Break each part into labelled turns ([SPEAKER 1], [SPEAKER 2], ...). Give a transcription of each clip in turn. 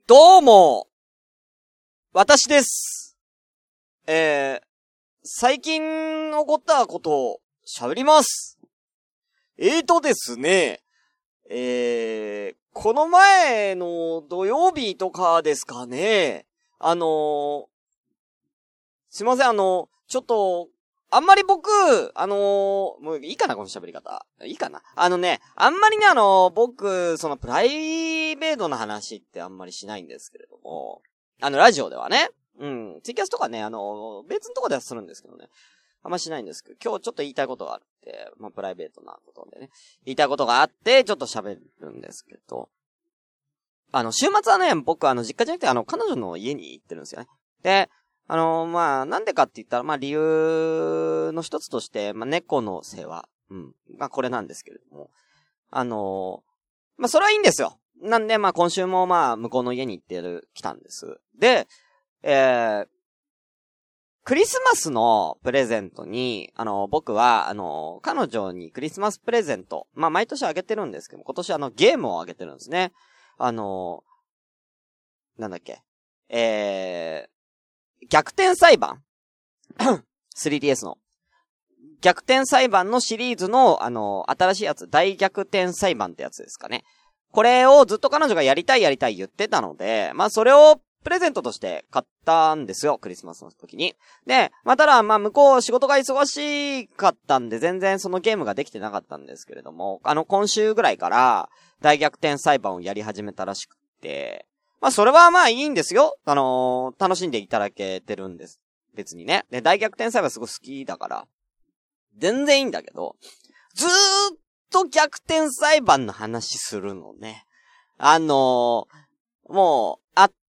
[SPEAKER 1] どうも、私です。最近起こったことを喋ります。ですね、この前の土曜日とかですかね、すいません、ちょっと、あんまり僕、もういいかな、この喋り方。いいかな。あんまりね、僕、そのプライベートな話ってあんまりしないんですけれども、ラジオではね、ツイキャスとかね、別のとこではするんですけどね、あんましないんですけど、今日ちょっと言いたいことがあって、まあ、プライベートなことでね、言いたいことがあって、ちょっと喋るんですけど、週末はね、僕、実家じゃなくて、彼女の家に行ってるんですよね。で、まあ、なんでかって言ったら、まあ、理由の一つとして、まあ、猫の世話。まあ、これなんですけれども。まあ、それはいいんですよ。なんで、まあ、今週もまあ、向こうの家に来たんです。で、クリスマスのプレゼントに、僕は、彼女にクリスマスプレゼント、まあ、毎年あげてるんですけども、今年ゲームをあげてるんですね。なんだっけ。逆転裁判3DS の。逆転裁判のシリーズの、新しいやつ、大逆転裁判ってやつですかね。これをずっと彼女がやりたい言ってたので、まあそれをプレゼントとして買ったんですよ、クリスマスの時に。で、まあただ、まあ向こう仕事が忙しかったんで、全然そのゲームができてなかったんですけれども、今週ぐらいから大逆転裁判をやり始めたらしくて、まあそれはまあいいんですよ。楽しんでいただけてるんです。別にね。で、大逆転裁判すごい好きだから、全然いいんだけど、ずーっと逆転裁判の話するのね。もう、会って、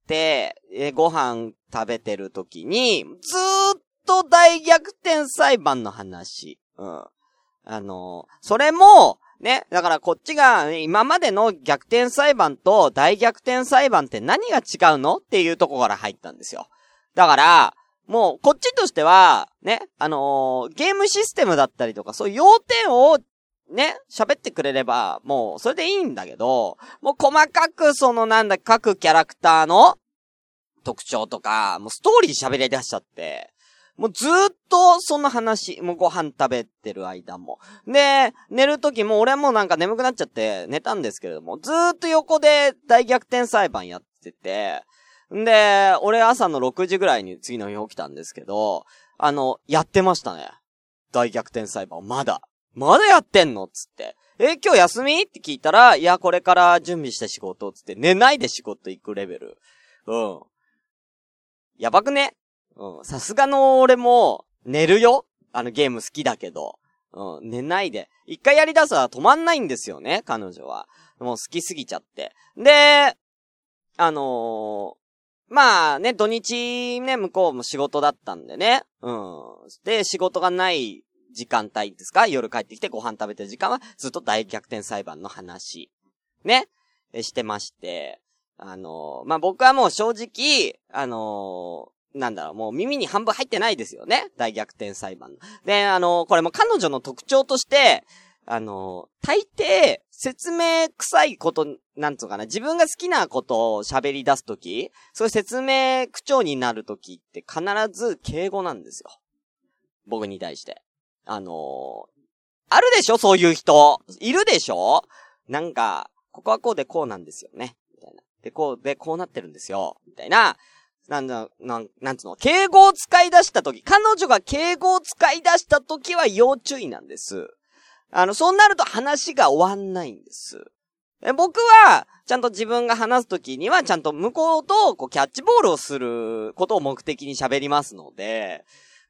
[SPEAKER 1] ご飯食べてる時に、ずーっと大逆転裁判の話。それも、ね、だからこっちが今までの逆転裁判と大逆転裁判って何が違うのっていうところから入ったんですよ。だから、もうこっちとしては、ね、ゲームシステムだったりとかそういう要点をね、喋ってくれれば、もうそれでいいんだけど、もう細かく各キャラクターの特徴とか、もうストーリー喋り出しちゃって、もうずーっとその話、もうご飯食べてる間も。で、寝る時も俺も眠くなっちゃって寝たんですけれども、ずーっと横で大逆転裁判やってて、で、俺朝の6時ぐらいに次の日起きたんですけど、やってましたね。大逆転裁判。まだやってんのつって。今日休みって聞いたら、いや、これから準備して仕事つって、寝ないで仕事行くレベル。やばくね？さすがの俺も、寝るよ？ゲーム好きだけど。寝ないで。一回やり出すら止まんないんですよね、彼女は。もう好きすぎちゃって。で、まあね、土日ね、向こうも仕事だったんでね。で、仕事がない時間帯ですか？夜帰ってきてご飯食べてる時間はずっと大逆転裁判の話。ね。してまして。まあ僕はもう正直、もう耳に半分入ってないですよね。大逆転裁判の。で、これも彼女の特徴として、大抵、説明臭いこと、なんつうかな、自分が好きなことを喋り出すとき、そういう説明口調になるときって必ず敬語なんですよ。僕に対して。あるでしょそういう人。いるでしょここはこうでこうなんですよね。みたいな。で、こうなってるんですよ。みたいな。なんつうの、敬語を使い出したとき、彼女が敬語を使い出したときは要注意なんです。そうなると話が終わんないんです。僕は、ちゃんと自分が話すときには、ちゃんと向こうと、キャッチボールをすることを目的に喋りますので、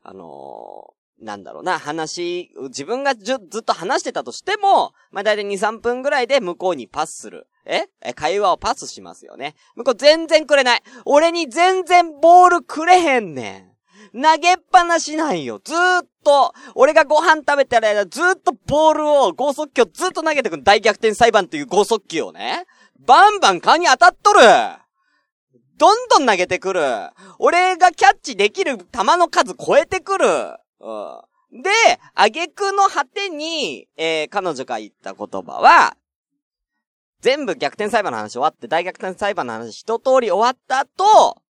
[SPEAKER 1] 自分がずっと話してたとしても、まあ、だいたい2、3分ぐらいで向こうにパスする。会話をパスしますよね。向こう全然くれない。俺に全然ボールくれへんねん。投げっぱなしなんよ。ずーっと、俺がご飯食べてる間、ずーっとボールを、剛速球をずーっと投げてくる。大逆転裁判という剛速球をね。バンバン顔に当たっとる。どんどん投げてくる。俺がキャッチできる球の数超えてくる。で、挙句の果てに、彼女が言った言葉は、 全部逆転裁判の話終わって、大逆転裁判の話一通り終わった後、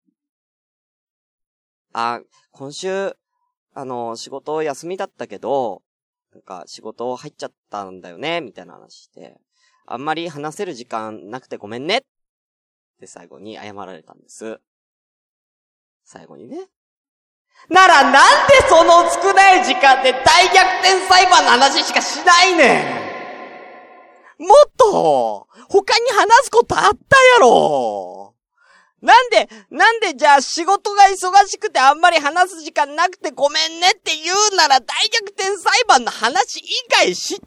[SPEAKER 1] 今週、仕事休みだったけど、なんか仕事入っちゃったんだよね、みたいな話して、あんまり話せる時間なくてごめんねって最後に謝られたんです。最後にね。ならなんでその少ない時間で大逆転裁判の話しかしないねん。もっと他に話すことあったやろ。なんでじゃあ仕事が忙しくてあんまり話す時間なくてごめんねって言うなら大逆転裁判の話以外して、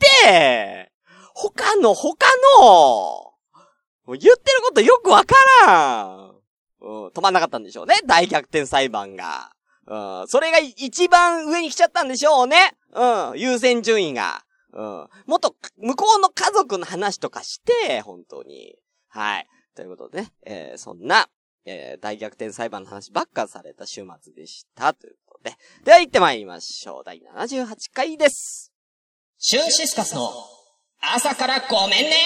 [SPEAKER 1] 他の、言ってることよくわからん。止まんなかったんでしょうね、大逆転裁判が。それが一番上に来ちゃったんでしょうね。優先順位が。もっと向こうの家族の話とかして、本当に。はい。ということでね、そんな、大逆転裁判の話ばっかされた週末でした。ということで。では行ってまいりましょう。第78回です。
[SPEAKER 2] シュンシスカスの朝からごめんね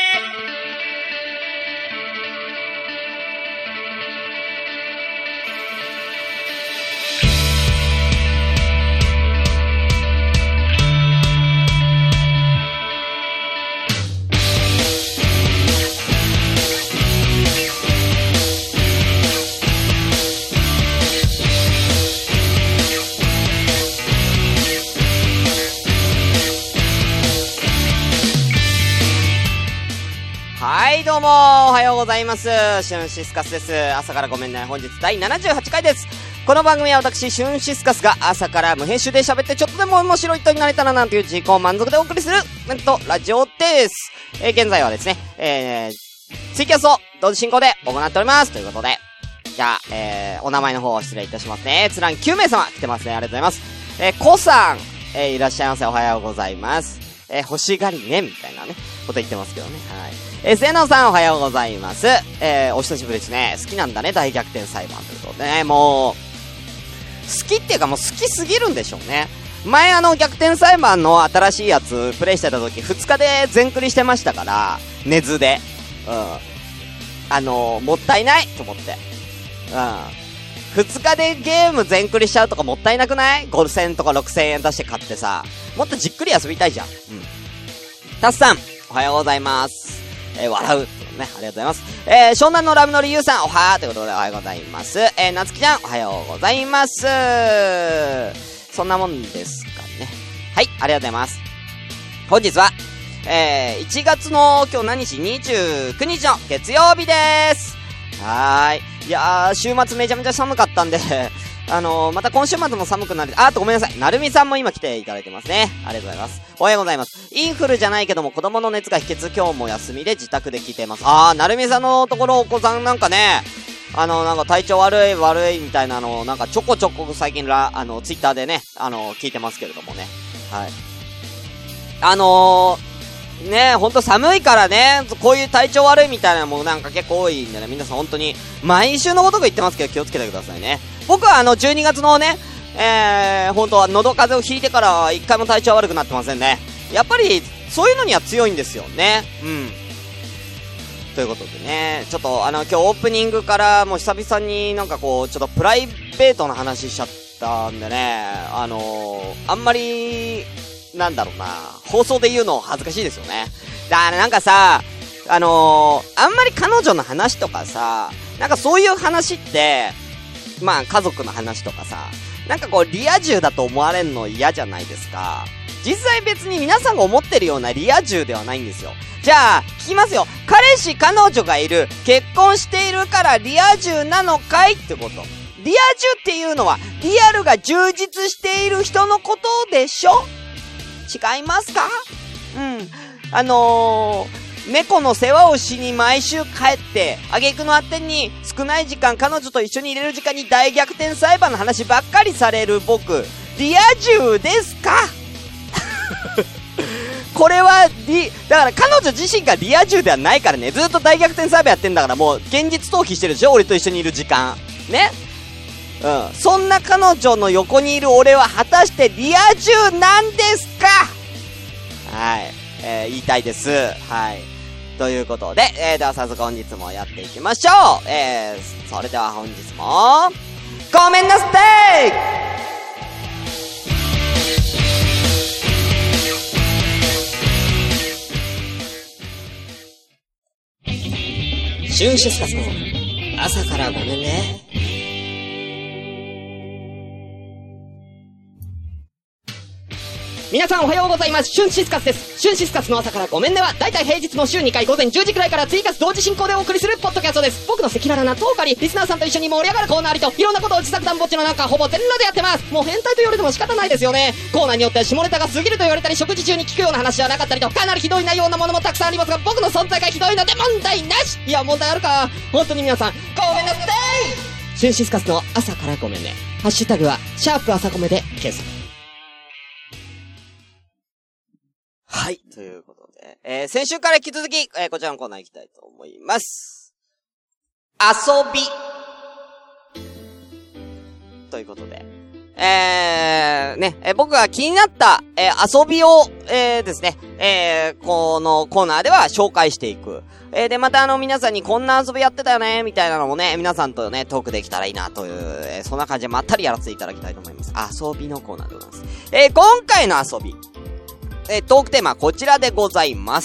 [SPEAKER 1] はい、どうもおはようございます。シュンシスカスです。朝からごめんね。本日第78回です。この番組は私、シュンシスカスが朝から無編集で喋ってちょっとでも面白い人になれたらなんていう自己満足でお送りするラジオです。現在はですね、ツイキャスを同時進行で行っております。ということで、じゃあ、お名前の方を失礼いたしますね。つらん9名様来てますね。ありがとうございます。コさん、いらっしゃいませ。おはようございます。欲しがりね、みたいなね、こと言ってますけどね。はい。せのさんおはようございます。お久しぶりですね。好きなんだね、大逆転裁判ということでね、もう、好きっていうかもう好きすぎるんでしょうね。前逆転裁判の新しいやつプレイしてた時2日で全クリしてましたから、寝ずで。もったいないと思って。2日でゲーム全クリしちゃうとかもったいなくない？ 5,000 とか 6,000 円出して買ってさ。もっとじっくり遊びたいじゃん。タスさん、おはようございます。笑うってね、ありがとうございます。湘南のラムの理由さん、おはーということでおはようございます。なつきちゃん、おはようございます。そんなもんですかね。はい、ありがとうございます。本日は、1月の今日何日 ?29 日の月曜日です。はーい。いやー、週末めちゃめちゃ寒かったんで、また今週末も寒くなる。あとごめんなさい。なるみさんも今来ていただいてますね。ありがとうございます。おはようございます。インフルじゃないけども子供の熱が秘訣、今日も休みで自宅で聞いてます。なるみさんのところお子さんなんかね、なんか体調悪いみたいなのをなんかちょこちょこ最近ツイッターでね、聞いてますけれどもね。はい。ね、ほんと寒いからね、こういう体調悪いみたいなのもなんか結構多いんでね、皆さんほんとに毎週のごとく言ってますけど気をつけてくださいね。僕は12月のね、本当は喉風邪をひいてから一回も体調悪くなってませんね。やっぱりそういうのには強いんですよね。ということでね、ちょっと今日オープニングからもう久々になんかこうちょっとプライベートな話しちゃったんでね、あんまりなんだろうな、放送で言うの恥ずかしいですよね。だからなんかさ、あんまり彼女の話とかさ、なんかそういう話ってまあ家族の話とかさ、なんかこうリア充だと思われるの嫌じゃないですか。実際別に皆さんが思ってるようなリア充ではないんですよ。じゃあ聞きますよ。彼氏彼女がいる、結婚しているからリア充なのかいってこと。リア充っていうのはリアルが充実している人のことでしょ。違いますか？猫の世話をしに毎週帰って、挙句のあてに少ない時間彼女と一緒に入れる時間に大逆転裁判の話ばっかりされる僕、リア充ですか？これはだから彼女自身がリア充ではないからね、ずっと大逆転裁判やってんだからもう現実逃避してるでしょ、俺と一緒にいる時間。ね？そんな彼女の横にいる俺は果たしてリア充なんですか？はい。言いたいです。はい。 ということで、では早速本日もやっていきましょう。それでは本日も、ごめんなさい。
[SPEAKER 2] シュンシスカスの朝からごめんね。皆さんおはようございます。シュンシスカスです。シュンシスカスの朝からごめんねは、だいたい平日の週2回午前10時くらいから追加同時進行でお送りするポッドキャストです。僕の赤裸々なトークあり、リスナーさんと一緒に盛り上がるコーナーありと、いろんなことを自作団ぼっちの中、ほぼ全裸でやってます。もう変態と言われても仕方ないですよね。コーナーによっては下ネタが過ぎると言われたり、食事中に聞くような話じゃなかったりと、かなりひどい内容なものもたくさんありますが、僕の存在がひどいので問題なし。いや、問題あるか。本当に皆さん、ごめんなさい。シュンシスカスの朝からごめんね。ハッシュタグは、#朝ごめで検索。
[SPEAKER 1] はい。ということで、先週から引き続き、こちらのコーナー行きたいと思います。遊び。ということで、僕が気になった、遊びを、ですね、このコーナーでは紹介していく。で、また皆さんにこんな遊びやってたよね、みたいなのもね、皆さんとね、トークできたらいいなという、そんな感じでまったりやらせていただきたいと思います。遊びのコーナーでございます。今回の遊び。トークテーマはこちらでございます。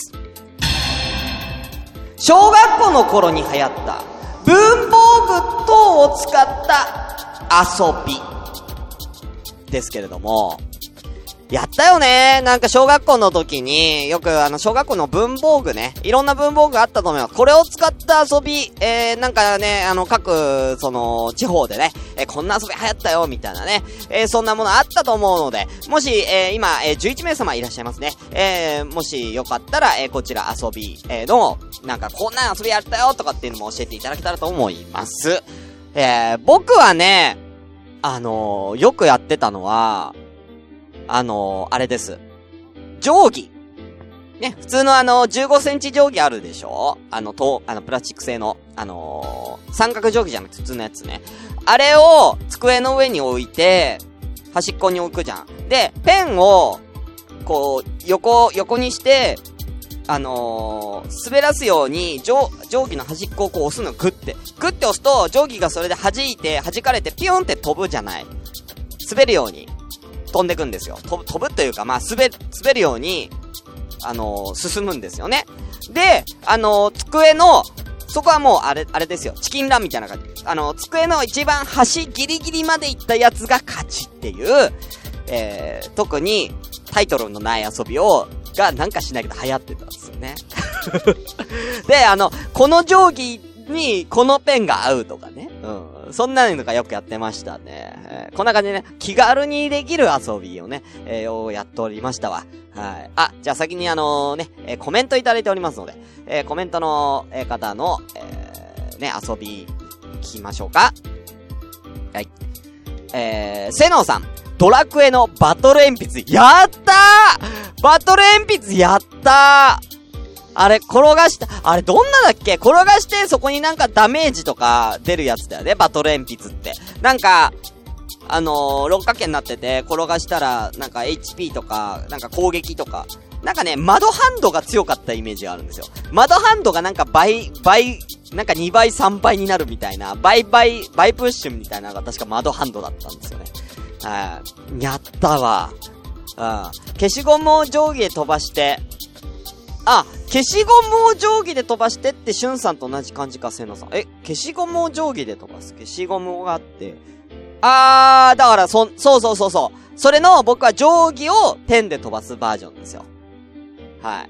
[SPEAKER 1] 小学校の頃に流行った文房具等を使った遊びですけれども、やったよね。なんか小学校の時によく小学校の文房具ね、いろんな文房具があったと思います。これを使った遊び、なんかね、各地方でね、こんな遊び流行ったよみたいなね、そんなものあったと思うので、もし、今、11名様いらっしゃいますね。もしよかったら、こちら遊び、のなんかこんな遊びやったよとかっていうのも教えていただけたらと思います。僕はね、よくやってたのはあれです。定規。ね、普通の15センチ定規あるでしょ？プラスチック製の、三角定規じゃなくて普通のやつね。あれを机の上に置いて、端っこに置くじゃん。で、ペンを、こう、横にして、滑らすように、定規の端っこをこう押すの、グッて押すと、定規がそれで弾かれてピヨンって飛ぶじゃない。滑るように。飛んでくんですよ。飛ぶというか、まあ、滑るように、進むんですよね。で、机の、そこはもう、あれですよ。チキンランみたいな感じ。机の一番端ギリギリまで行ったやつが勝ちっていう、特に、タイトルのない遊びがなんかしないけど流行ってたんですよね。で、この定規にこのペンが合うとかね。そんなのがよくやってましたね。こんな感じでね、気軽にできる遊びをね、やっておりましたわ。はい。じゃあ先にコメントいただいておりますので、コメントの、方の、遊び、聞きましょうか。はい。セノさん。ドラクエのバトル鉛筆、やったー！バトル鉛筆やったー！あれ、あれどんなだっけ？転がしてそこになんかダメージとか出るやつだよね、バトル鉛筆って。なんか、六角形になってて、転がしたら、なんか HP とか、なんか攻撃とか、なんかね、窓ハンドが強かったイメージがあるんですよ。窓ハンドがなんかなんか2倍3倍になるみたいな、倍プッシュみたいなのが確か窓ハンドだったんですよね。やったわ。消しゴムを定規で飛ばして、消しゴムを定規で飛ばしてってしゅんさんと同じ感じか、せのさん。消しゴムを定規で飛ばす。消しゴムがあって。だからそう。それの僕は定規をペンで飛ばすバージョンですよ。はい。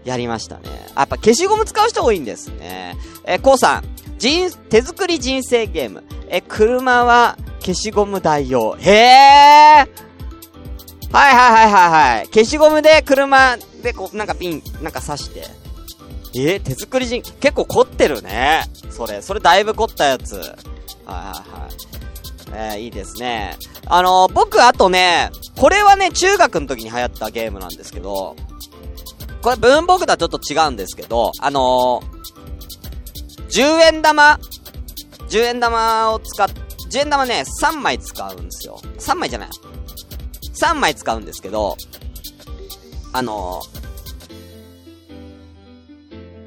[SPEAKER 1] やりましたね。やっぱ消しゴム使う人多いんですね。こうさん。手作り人生ゲーム。車は消しゴム代用。はい。消しゴムで車でこう、なんかピン、なんか刺して。手作り結構凝ってるね。それだいぶ凝ったやつ。いいですね。僕あとね、これはね、中学の時に流行ったゲームなんですけど、これ文房具とはちょっと違うんですけど、10円玉を10円玉ね、3枚使うんですよ。3枚じゃない。3枚使うんですけど、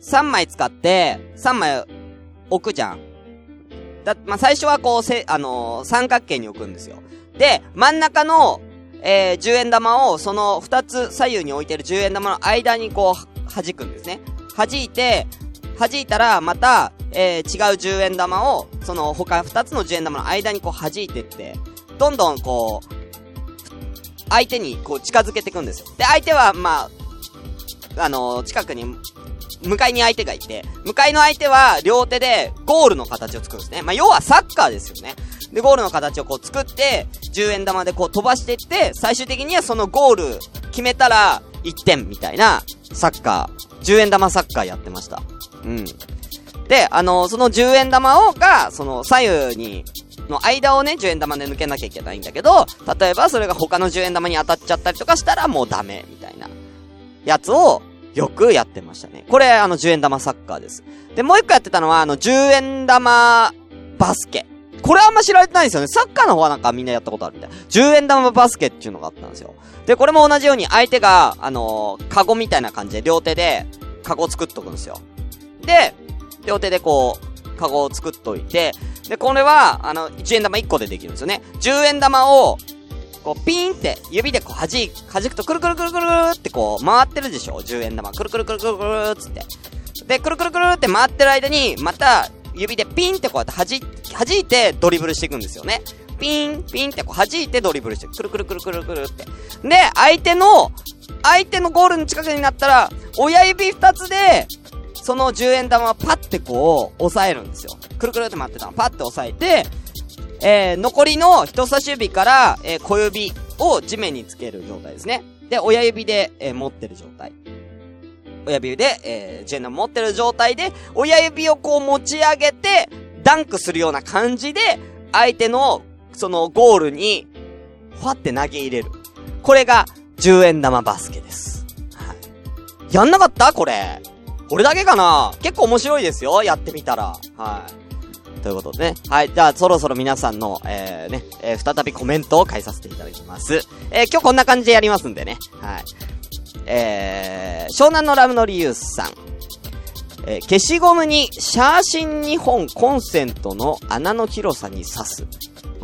[SPEAKER 1] 3枚使って、3枚置くじゃん。まあ、最初はこう、三角形に置くんですよ。で、真ん中の、10円玉を、その2つ左右に置いてる10円玉の間にこう、弾くんですね。弾いたら、また、違う10円玉を、その他2つの10円玉の間にこう弾いてって、どんどんこう、相手にこう近づけていくんですよ。で、相手は、まあ、近くに、向かいに相手がいて、向かいの相手は両手でゴールの形を作るんですね。まあ、要はサッカーですよね。で、ゴールの形をこう作って、10円玉でこう飛ばしていって、最終的にはそのゴール決めたら1点みたいなサッカー、10円玉サッカーやってました。うん。で、その10円玉が、その左右に、の間をね、10円玉で抜けなきゃいけないんだけど、例えばそれが他の10円玉に当たっちゃったりとかしたらもうダメ、みたいなやつをよくやってましたね。これ10円玉サッカーです。で、もう一個やってたのは10円玉バスケ。これあんま知られてないんですよね。サッカーの方はなんかみんなやったことあるみたいな。10円玉バスケっていうのがあったんですよ。で、これも同じように相手が、カゴみたいな感じで両手でカゴを作っとくんですよ。で、両手でこう、カゴを作っといて、で、これは、1円玉1個でできるんですよね。10円玉を、こう、ピーンって、指でこう、弾くと、くるくるくるくるってこう、回ってるでしょ ?10 円玉。くるくるくるくるくるつって。で、くるくるくるって回ってる間に、また、指でピンってこうやって弾いてドリブルしていくんですよね。ピンってこう弾いてドリブルしてくるくるくるくるくるって。で、相手のゴールの近くになったら、親指2つで、その10円玉をパッてこう、押さえるんですよ。くるくるって回ってたのパッて押さえて、残りの人差し指から、小指を地面につける状態ですね。で、親指で、持ってる状態。親指で、10円玉持ってる状態で、親指をこう持ち上げて、ダンクするような感じで、相手の、そのゴールに、ふわって投げ入れる。これが、10円玉バスケです。はい。やんなかったこれ。俺だけかな？結構面白いですよ。やってみたら。はい。ということでね。はい。じゃあ、そろそろ皆さんの、再びコメントを返させていただきます。今日こんな感じでやりますんでね。はい。湘南のラムノリユースさん。消しゴムにシャーシン2本コンセントの穴の広さに刺す。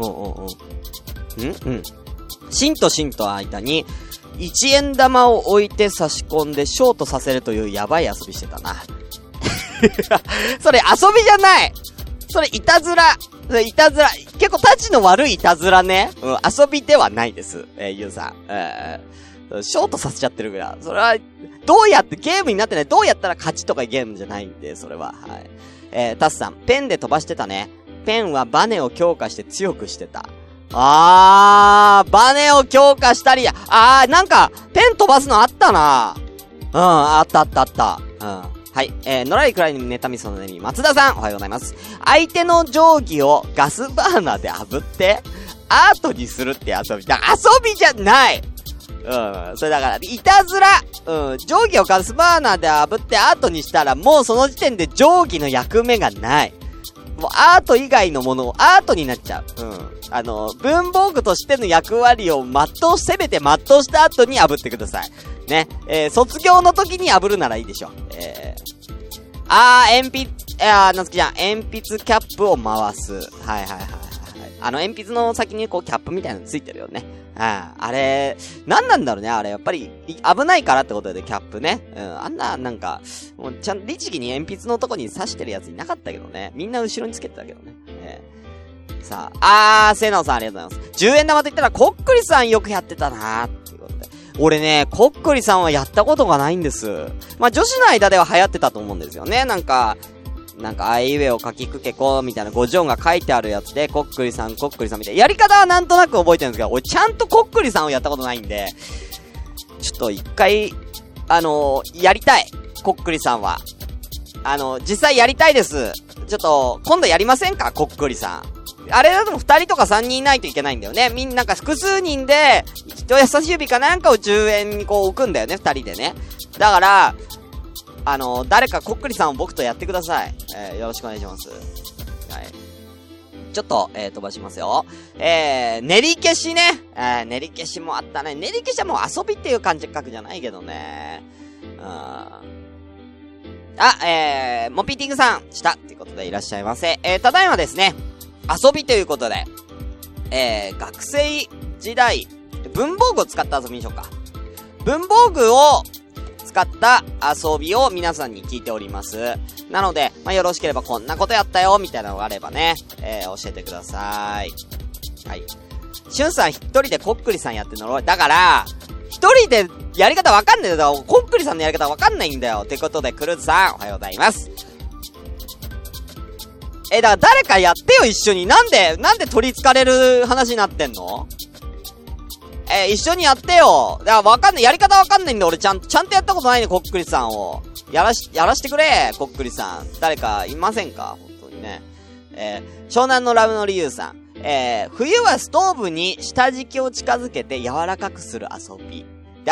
[SPEAKER 1] 芯と芯と間に1円玉を置いて差し込んでショートさせるというやばい遊びしてたな。それ遊びじゃない。それいたずら。結構タチの悪いいたずらね。遊びではないです。ゆうさん。ショートさせちゃってるぐらい。それは、どうやってゲームになってない。どうやったら勝ちとかゲームじゃないんで、それは。はい。タスさん、ペンで飛ばしてたね。ペンはバネを強化して強くしてた。バネを強化したり、なんか、ペン飛ばすのあったな。あった。はい。のらりくらいにネタミソのネミ、松田さん、おはようございます。相手の定規をガスバーナーで炙って、アートにするって遊び。遊びじゃない。それだから、いたずら。定規をガスバーナーで炙ってアートにしたら、もうその時点で定規の役目がない。もうアート以外のものをアートになっちゃう。文房具としての役割をせめて全うした後に炙ってください。ね。卒業の時に炙るならいいでしょ。鉛筆キャップを回す。はい。鉛筆の先にこうキャップみたいなのついてるよね。あれ、何なんだろうね、あれ。やっぱり、危ないからってことでキャップね。あんな、なんか、もうちゃんと律儀に鉛筆のとこに刺してるやついなかったけどね。みんな後ろにつけてたけどね。さあ、セナオさんありがとうございます。10円玉と言ったら、こっくりさんよくやってたなーっていうことで。俺ね、こっくりさんはやったことがないんです。まあ、女子の間では流行ってたと思うんですよね。なんか、あいうえを書きくけこみたいな50音が書いてあるやつで、こっくりさんみたいな。やり方はなんとなく覚えてるんですけど、俺ちゃんとこっくりさんをやったことないんで、ちょっと一回、やりたい。こっくりさんは。実際やりたいです。ちょっと、今度やりませんかこっくりさん。あれだとも2人とか3人いないといけないんだよね。みんな複数人で、人優しい指かなんかを10円にこう置くんだよね、2人でね。だから、誰かこっくりさんを僕とやってください。よろしくお願いします。はい。ちょっと、飛ばしますよ。練り消しね。練り消しもあったね。練り消しはもう遊びっていう感覚じゃないけどね。 モピーティングさん、したっていうことでいらっしゃいませ。ただいまですね、遊びということで、学生時代、文房具を使った遊びにしようか。文房具を使った遊びを皆さんに聞いております。なので、よろしければこんなことやったよ、みたいなのがあればね、教えてください。はい。しゅんさん一人でこっくりさんやってんの？だから、一人でやり方わかんないんだよ。こっくりさんのやり方わかんないんだよ。ってことで、クルーズさん、おはようございます。だから誰かやってよ、一緒に。なんで取り憑かれる話になってんの？一緒にやってよ。だからわかんない。やり方わかんないんだよ。俺ちゃんとやったことないね、こっくりさんを。やらしてくれ、こっくりさん。誰かいませんか？本当にね。湘南のラブの理由さん。冬はストーブに下敷きを近づけて柔らかくする遊び。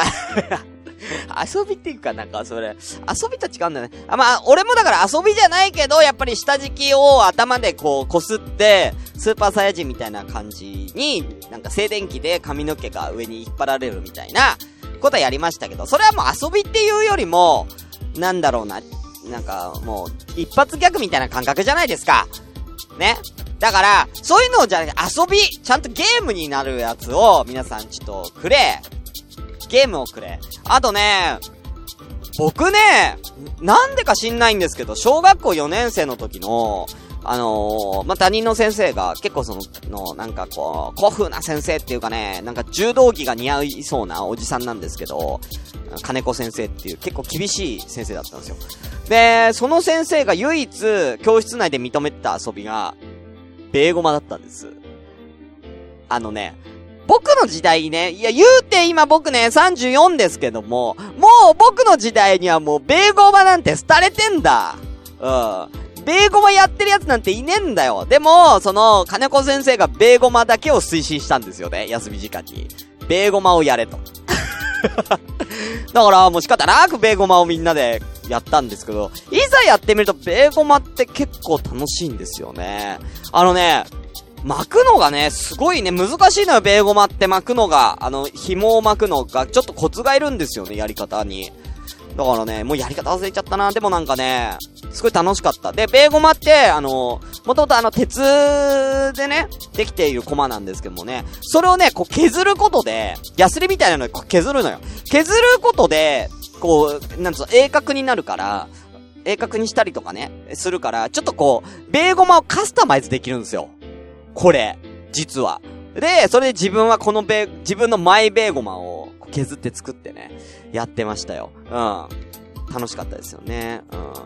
[SPEAKER 1] 遊びっていうかなんかそれ、遊びと違うんだよね。俺もだから遊びじゃないけど、やっぱり下敷きを頭でこすって、スーパーサイヤ人みたいな感じに、なんか静電気で髪の毛が上に引っ張られるみたいなことはやりましたけど、それはもう遊びっていうよりも、なんだろうな、なんかもう、一発ギャグみたいな感覚じゃないですか。ね。だから、そういうのじゃなくて遊び、ちゃんとゲームになるやつを皆さんちょっとくれ。ゲームをくれ。あとね、僕ね、なんでか知んないんですけど、小学校4年生の時の、担任の先生が結構なんか古風な先生っていうかね、なんか柔道着が似合いそうなおじさんなんですけど、金子先生っていう結構厳しい先生だったんですよ。で、その先生が唯一教室内で認めてた遊びが、ベーゴマだったんです。僕の時代ね、いや言うて今僕ね、34ですけども、もう僕の時代にはもうベーゴマなんて廃れてんだ。ベーゴマやってるやつなんていねえんだよ。でも、金子先生がベーゴマだけを推進したんですよね、休み時間に。ベーゴマをやれと。だからもう仕方なくベーゴマをみんなでやったんですけど、いざやってみるとベーゴマって結構楽しいんですよね。巻くのがね、すごいね、難しいのよ、ベーゴマって巻くのが。紐を巻くのが、ちょっとコツがいるんですよね、やり方に。だからね、もうやり方忘れちゃったな。でもなんかね、すごい楽しかった。で、ベーゴマって、もともと鉄でね、できているコマなんですけどもね、それをね、削ることで、ヤスリみたいなので削るのよ。削ることで、なんつうの、鋭角になるから、鋭角にしたりとかね、するから、ちょっとベーゴマをカスタマイズできるんですよ。これ、実は。で、それで自分は自分のマイベーゴマを削って作ってね、やってましたよ。楽しかったですよね。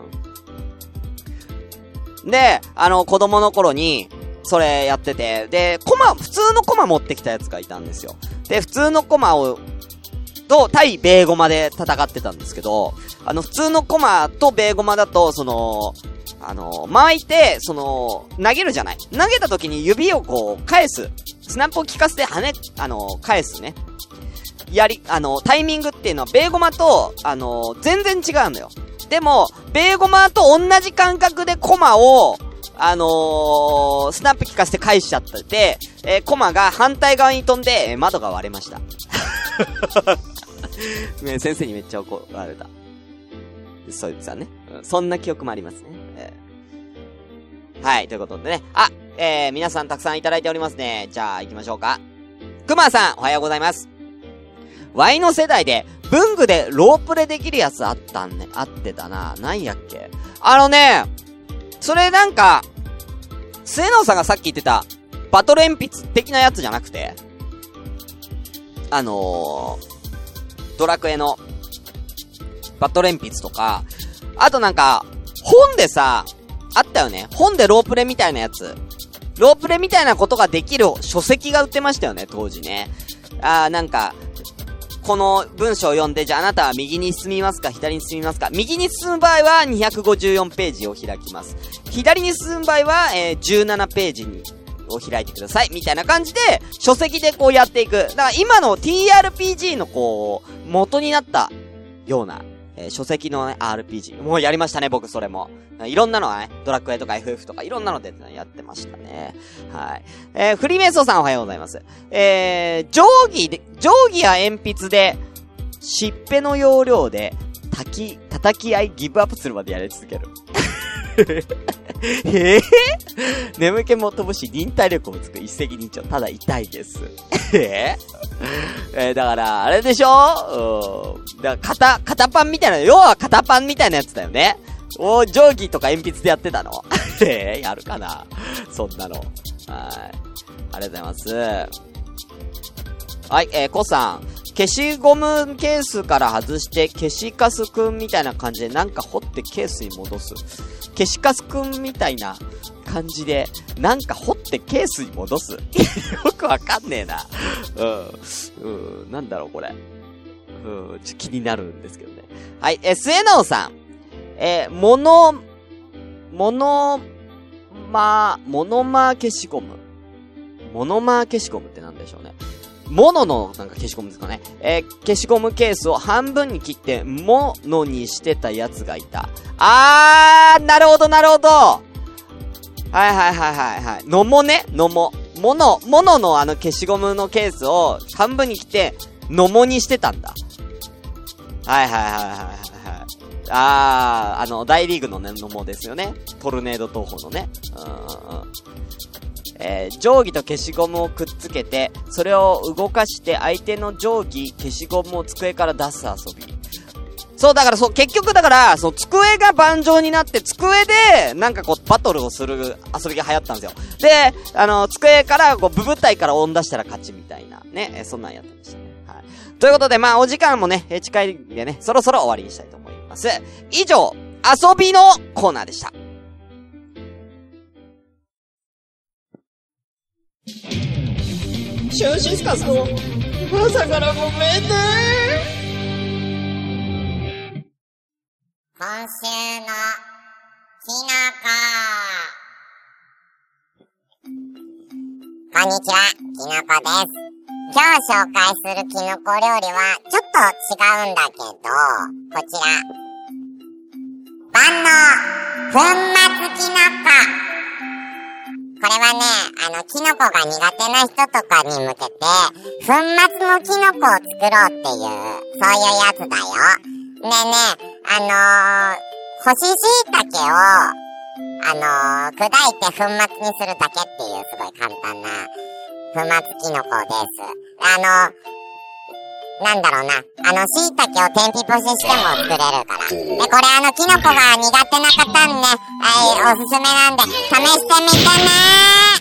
[SPEAKER 1] で、子供の頃に、それやってて、で、普通のコマ持ってきたやつがいたんですよ。で、普通のコマと対ベーゴマで戦ってたんですけど、普通のコマとベーゴマだと、巻いて、投げるじゃない。投げた時に指を返す。スナップを効かせて返すね。タイミングっていうのは、ベーゴマと、全然違うのよ。でも、ベーゴマと同じ感覚でコマを、スナップ効かせて返しちゃってて、コマが反対側に飛んで、窓が割れました。ね、先生にめっちゃ怒られた。そうですよね。そんな記憶もありますね。はい、ということでね。皆さんたくさんいただいておりますね。じゃあ行きましょうか。くまさん、おはようございます。Y の世代で、文具でロープレできるやつあってたな。何やっけ？それなんか、末野さんがさっき言ってた、バトル鉛筆的なやつじゃなくて、ドラクエの、バトル鉛筆とか、あとなんか、本でさ、あったよね。本でロープレみたいなやつ。ロープレみたいなことができる書籍が売ってましたよね、当時ね。なんか、この文章を読んで、じゃああなたは右に進みますか、左に進みますか。右に進む場合は254ページを開きます。左に進む場合は、17ページを開いてください。みたいな感じで、書籍でやっていく。だから今の TRPG の元になったような、書籍のね、RPG。もうやりましたね、僕それも。いろんなのはね、ドラクエとか FF とかいろんなので、やってましたね。はい。フリーメイソーさんおはようございます。定規や鉛筆で、しっぺの要領で、叩叩き合いギブアップするまでやり続ける。眠気も飛ぶし、忍耐力もつく一石二鳥。ただ痛いです。だから、あれでしょ？だから肩パンみたいな、要は肩パンみたいなやつだよね。定規とか鉛筆でやってたの？やるかな？そんなの。はい。ありがとうございます。はい、コさん。消しゴムケースから外して消しカスくんみたいな感じでなんか掘ってケースに戻す。消しカスくんみたいな感じでなんか掘ってケースに戻す。よくわかんねえな。なんだろうこれ。ちょっと気になるんですけどね。はい、末直さん。モノマー消しゴム。モノマー消しゴムってなんでしょうね。モノのなんか消しゴムですかね。消しゴムケースを半分に切ってモノにしてたやつがいた。なるほどなるほど。はい。のもね、のも。モノの消しゴムのケースを半分に切ってのもにしてたんだ。はい。大リーグのね、のもですよね。トルネード投法のね。定規と消しゴムをくっつけて、それを動かして相手の定規、消しゴムを机から出す遊び。そう、だから結局だから、机が盤上になって、机で、なんかこう、バトルをする遊びが流行ったんですよ。で、机から、部舞台から音出したら勝ちみたいな、ね、そんなんやってましたね。はい。ということで、お時間もね、近いんでね、そろそろ終わりにしたいと思います。以上、遊びのコーナーでした。
[SPEAKER 2] シュンシスカスの朝からごめんね。
[SPEAKER 3] 今週のきのこ。こんにちは、きのこです。今日紹介するきのこ料理はちょっと違うんだけど、こちら。万能粉末きのこ。これはね、キノコが苦手な人とかに向けて、粉末のキノコを作ろうっていう、そういうやつだよ。でね、干し椎茸を、砕いて粉末にするだけっていう、すごい簡単な、粉末キノコです。なんだろうな、椎茸を天日干ししても作れるから。で、これキノコが苦手な方にね、はい、おすすめなんで、試してみてねー。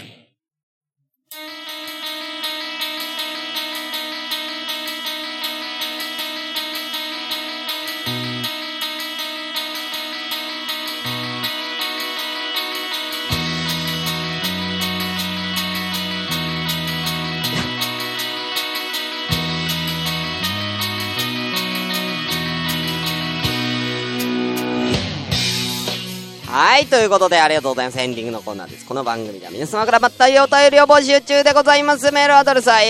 [SPEAKER 1] はい、ということでありがとうございます。エンディングのコーナーです。この番組では皆様からまったりお便りを募集中でございます。メールアドレスは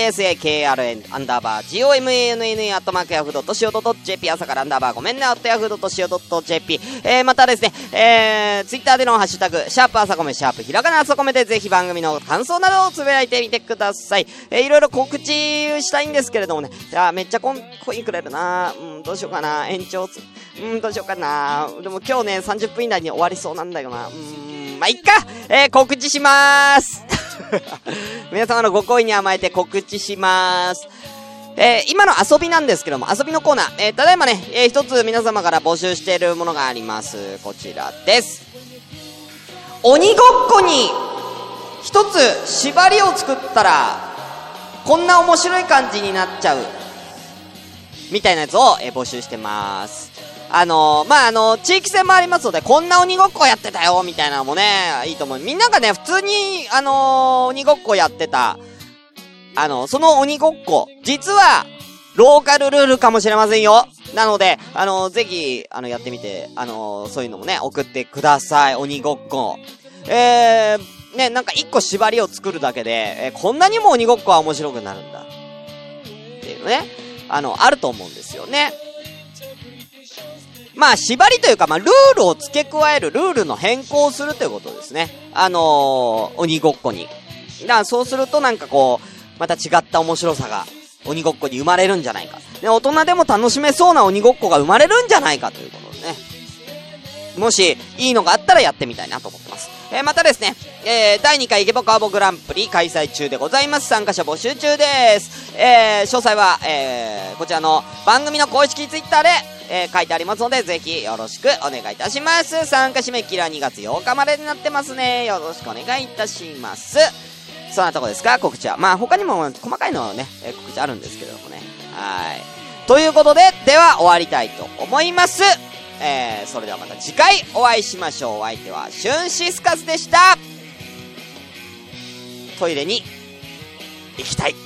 [SPEAKER 1] asakrn_gomenne@yahoo.co.jp 朝からごめんね@yahoo.co.jp またですね、ツイッターでのハッシュタグシャープ朝コメシャープひらがな朝コメでぜひ番組の感想などをつぶやいてみてください。いろいろ告知したいんですけれどもね、めっちゃコインくれるな。どうしようかな。延長どうしようかな。でも今日ね30分以内に終わりそうなんだよな。いっか。告知しまーす。皆様のご好意に甘えて告知しまーす。今の遊びなんですけども、遊びのコーナー、ただいまね、一つ皆様から募集しているものがあります。こちらです。鬼ごっこに一つ縛りを作ったらこんな面白い感じになっちゃうみたいなやつを、募集してます。地域性もありますので、こんな鬼ごっこやってたよみたいなのもね、いいと思う。みんながね、普通に、鬼ごっこやってた、その鬼ごっこ、実は、ローカルルールかもしれませんよ。なので、ぜひ、やってみて、そういうのもね、送ってください。鬼ごっこ。ね、なんか一個縛りを作るだけで、こんなにも鬼ごっこは面白くなるんだ。っていうのね、あると思うんですよね。縛りというか、ルールを付け加える、ルールの変更をするということですね。鬼ごっこに。だからそうするとなんかこう、また違った面白さが、鬼ごっこに生まれるんじゃないか。で、大人でも楽しめそうな鬼ごっこが生まれるんじゃないかということでね。 もし、いいのがあったらやってみたいなと思ってます。またですね、第2回イケボカーボグランプリ開催中でございます。参加者募集中です。詳細は、こちらの番組の公式ツイッターで、書いてありますので、ぜひよろしくお願いいたします。参加締め切りは2月8日までになってますね。よろしくお願いいたします。そんなとこですか、告知は。まあ他にも細かいのはね、告知あるんですけれどもね。はい。ということで、では終わりたいと思います。それではまた次回お会いしましょう。お相手はシュンシスカスでした。トイレに行きたい。